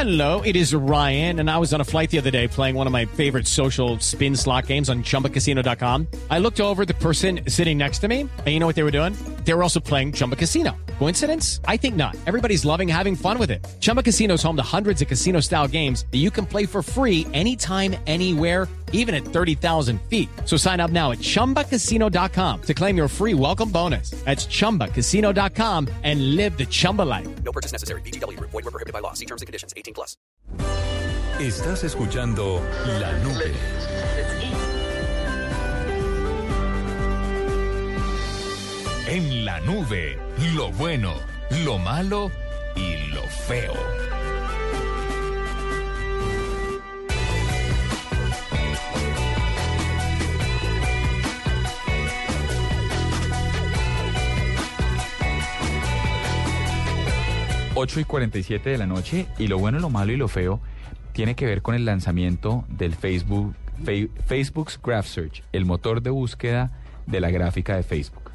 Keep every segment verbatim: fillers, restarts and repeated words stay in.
Hello, it is Ryan, and I was on a flight the other day playing one of my favorite social spin slot games on Chumba Casino dot com. I looked over at the person sitting next to me, and you know what they were doing? They were also playing Chumba Casino. Coincidence? I think not. Everybody's loving having fun with it. Chumba Casino is home to hundreds of casino-style games that you can play for free anytime, anywhere, even at thirty thousand feet. So sign up now at Chumba Casino dot com to claim your free welcome bonus. That's Chumba Casino dot com and live the Chumba life. No purchase necessary. V G W. Void where prohibited by law. See terms and conditions. eighteen plus. Estás escuchando La Nube. En La Nube, lo bueno, lo malo y lo feo. ocho y cuarenta y siete de la noche, y lo bueno, lo malo y lo feo tiene que ver con el lanzamiento del Facebook, Fe, Facebook's Graph Search, el motor de búsqueda de la gráfica de Facebook.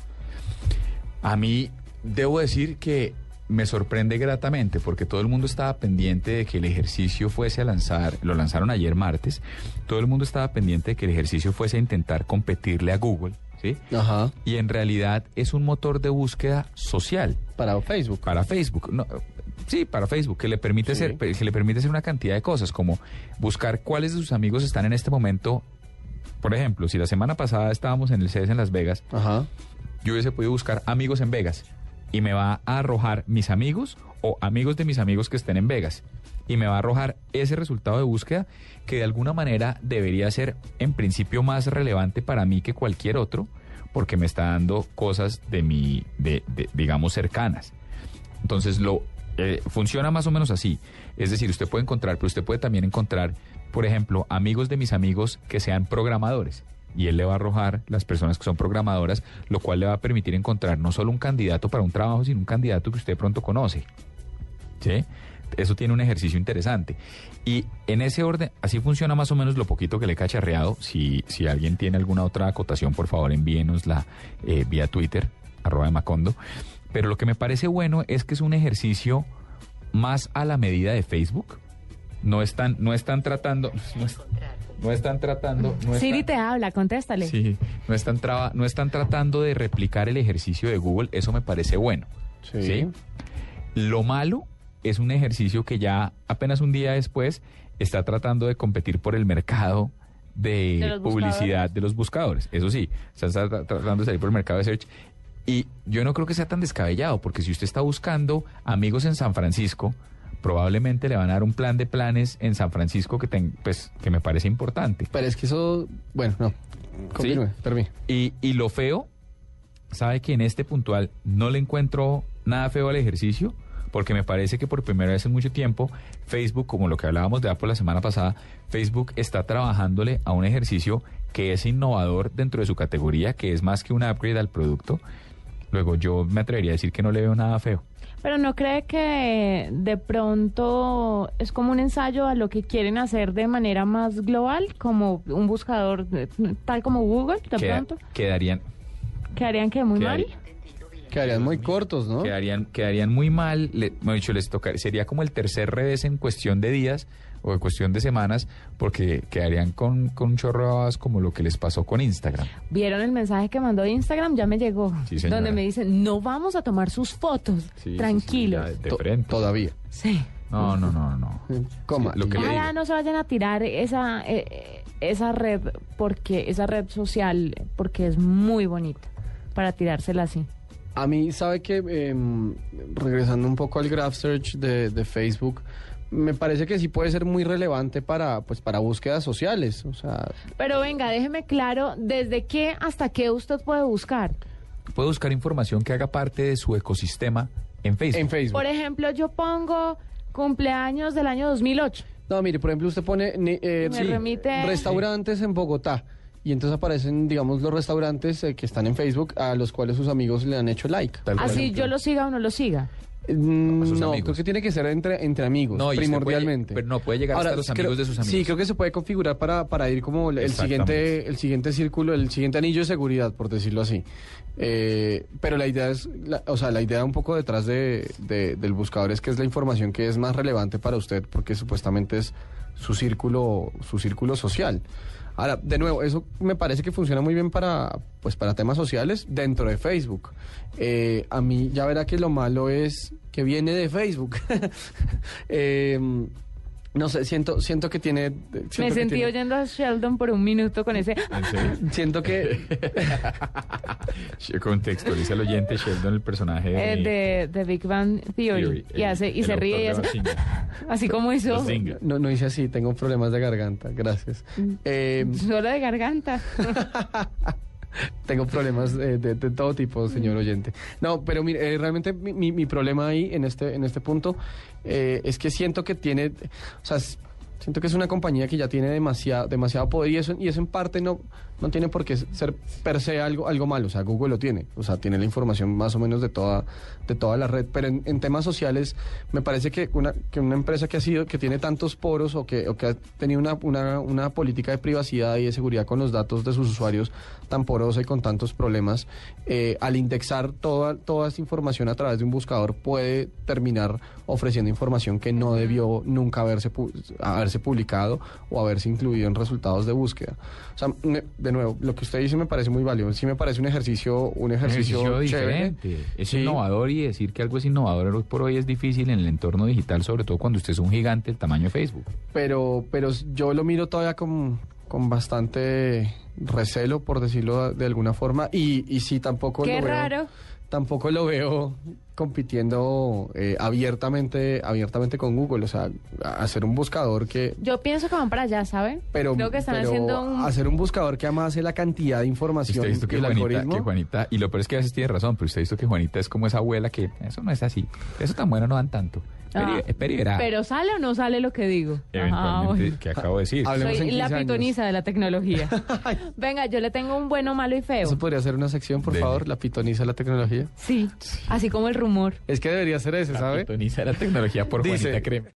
A mí debo decir que me sorprende gratamente porque todo el mundo estaba pendiente de que el ejercicio fuese a lanzar, lo lanzaron ayer martes, todo el mundo estaba pendiente de que el ejercicio fuese a intentar competirle a Google, ¿sí? Ajá. Y en realidad es un motor de búsqueda social. Para Facebook. Para Facebook, no, sí, para Facebook, que le permite Sí. hacer, que le permite hacer una cantidad de cosas, como buscar cuáles de sus amigos están en este momento. Por ejemplo, si la semana pasada estábamos en el C E S en Las Vegas, Ajá. yo hubiese podido buscar amigos en Vegas y me va a arrojar mis amigos o amigos de mis amigos que estén en Vegas. Y me va a arrojar ese resultado de búsqueda que de alguna manera debería ser en principio más relevante para mí que cualquier otro, porque me está dando cosas de mi, de, de, digamos, cercanas. Entonces lo eh, funciona más o menos así. Es decir, usted puede encontrar, pero usted puede también encontrar, por ejemplo, amigos de mis amigos que sean programadores. Y él le va a arrojar las personas que son programadoras, lo cual le va a permitir encontrar no solo un candidato para un trabajo, sino un candidato que usted de pronto conoce. ¿Sí? Eso tiene un ejercicio interesante. Y en ese orden, así funciona más o menos lo poquito que le he cacharreado. Si, si alguien tiene alguna otra acotación, por favor envíenosla eh, vía Twitter, arroba de Macondo. Pero lo que me parece bueno es que es un ejercicio más a la medida de Facebook. No están, no están tratando... No, es, no están tratando... No Siri están, te habla, contéstale. Sí, no están, traba, no están tratando de replicar el ejercicio de Google. Eso me parece bueno. Sí. ¿Sí? Lo malo es un ejercicio que ya apenas un día después está tratando de competir por el mercado de, ¿De los publicidad buscadores? de los buscadores. Eso sí, está, está tratando de salir por el mercado de search. Y yo no creo que sea tan descabellado, porque si usted está buscando amigos en San Francisco, probablemente le van a dar un plan de planes en San Francisco que, ten, pues, que me parece importante. Pero es que eso... Bueno, no. Continúe, ¿Sí? termine. Y, y lo feo, sabe que en este puntual no le encuentro nada feo al ejercicio, porque me parece que por primera vez en mucho tiempo Facebook, como lo que hablábamos de Apple la semana pasada, Facebook está trabajándole a un ejercicio que es innovador dentro de su categoría, que es más que un upgrade al producto. Luego yo me atrevería a decir que no le veo nada feo. Pero ¿no cree que de pronto es como un ensayo a lo que quieren hacer de manera más global, como un buscador eh, tal como Google, de Queda- pronto? Quedarían... ¿Quedarían que muy Quedaría- mal? Quedarían muy cortos, ¿no? Quedarían, quedarían muy mal, le, me he dicho, les toca, sería como el tercer revés en cuestión de días o en cuestión de semanas, porque quedarían con, con un chorro de babas como lo que les pasó con Instagram. ¿Vieron el mensaje que mandó Instagram? Ya me llegó. Sí, señora. Donde me dicen, no vamos a tomar sus fotos. Sí, Tranquilos. sí, sí, ya de To- frente. Todavía. Sí. No, no, no, no. Coma. Sí, lo que le digo. Ojalá no se vayan a tirar esa, eh, esa red, porque esa red social, porque es muy bonita para tirársela así. A mí, ¿sabe qué? Eh, regresando un poco al Graph Search de, de Facebook, me parece que sí puede ser muy relevante para, pues, para búsquedas sociales. O sea, Pero venga, déjeme claro, ¿desde qué hasta qué usted puede buscar? Puede buscar información que haga parte de su ecosistema en Facebook. en Facebook. Por ejemplo, yo pongo cumpleaños del año dos mil ocho. No, mire, por ejemplo, usted pone ne- eh, Me sí, remite- restaurantes en Bogotá. Y entonces aparecen, digamos, los restaurantes eh, que están en Facebook a los cuales sus amigos le han hecho like. Tal cual. Así yo lo siga o no lo siga. Mm, a sus no, amigos. creo que tiene que ser entre, entre amigos, No, y usted primordialmente. puede- pero no, puede llegar hasta los creo- amigos de sus amigos. Sí, creo que se puede configurar para, para ir como el Exactamente. siguiente, el siguiente círculo, el siguiente anillo de seguridad, por decirlo así. Eh, pero la idea es, la- o sea, la idea un poco detrás de, de- del buscador es que es la información que es más relevante para usted, porque supuestamente es su círculo, su círculo social. Ahora, de nuevo, eso me parece que funciona muy bien para, pues, para temas sociales dentro de Facebook. Eh, a mí ya verá que lo malo es que viene de Facebook. Eh, no sé, siento, siento que tiene... siento Me que sentí tiene- oyendo a Sheldon por un minuto con ese... ¿En serio? Siento que... Contextualiza al oyente Sheldon, el personaje de, eh, de, de Big Bang Theory, Theory, y, el- hace, y el se ríe y autor hace... de Bazinga. Así como hizo... Bazinga. No, no hice así, tengo problemas de garganta, gracias. Eh, Solo de garganta. Tengo problemas de, de- de todo tipo, señor oyente. No, pero mire, eh, realmente mi, mi- mi problema ahí, en este, en este punto, eh, es que siento que tiene, o sea, s- siento que es una compañía que ya tiene demasiado, demasiado poder y eso, y eso en parte no, no tiene por qué ser per se algo, algo malo. O sea, Google lo tiene, o sea, tiene la información más o menos de toda, de toda la red. Pero en, en temas sociales, me parece que una, que una empresa que ha sido, que tiene tantos poros o que, o que ha tenido una, una, una política de privacidad y de seguridad con los datos de sus usuarios tan porosa y con tantos problemas, eh, al indexar toda, toda esta información a través de un buscador puede terminar ofreciendo información que no debió nunca haberse, pu- haberse publicado o haberse incluido en resultados de búsqueda. O sea, me- de nuevo, lo que usted dice me parece muy válido. Sí me parece un ejercicio, un ejercicio, Ejercicio chévere. diferente. Es Sí. innovador, y decir que algo es innovador hoy por hoy es difícil en el entorno digital, sobre todo cuando usted es un gigante del tamaño de Facebook. pero pero yo lo miro todavía con, con bastante recelo, por decirlo de alguna forma, y, y sí, tampoco Qué lo veo, raro. tampoco lo veo compitiendo eh, abiertamente abiertamente con Google, o sea, a- hacer un buscador que... Yo pienso que van para allá, ¿sabe? Pero, Creo que están pero haciendo un... hacer un buscador que además hace la cantidad de información Usted ha visto y que el Juanita, algoritmo... que Juanita, y lo peor es que a veces tiene razón, pero usted ha visto que Juanita es como esa abuela que eso no es así, eso tan bueno no dan tanto. Espere, Ah, espere y verá. Pero ¿sale o no sale lo que digo? Ajá, Eventualmente, bueno. que acabo de decir. Hablemos en Soy la quince años. pitoniza de la tecnología. Venga, yo le tengo un bueno, malo y feo. Eso podría ser una sección, por Dele. favor, la pitoniza de la tecnología. Sí, así como el rumor. Es que debería ser ese, La ¿sabe? pitoniza de la tecnología por Dice- Juanita Creme.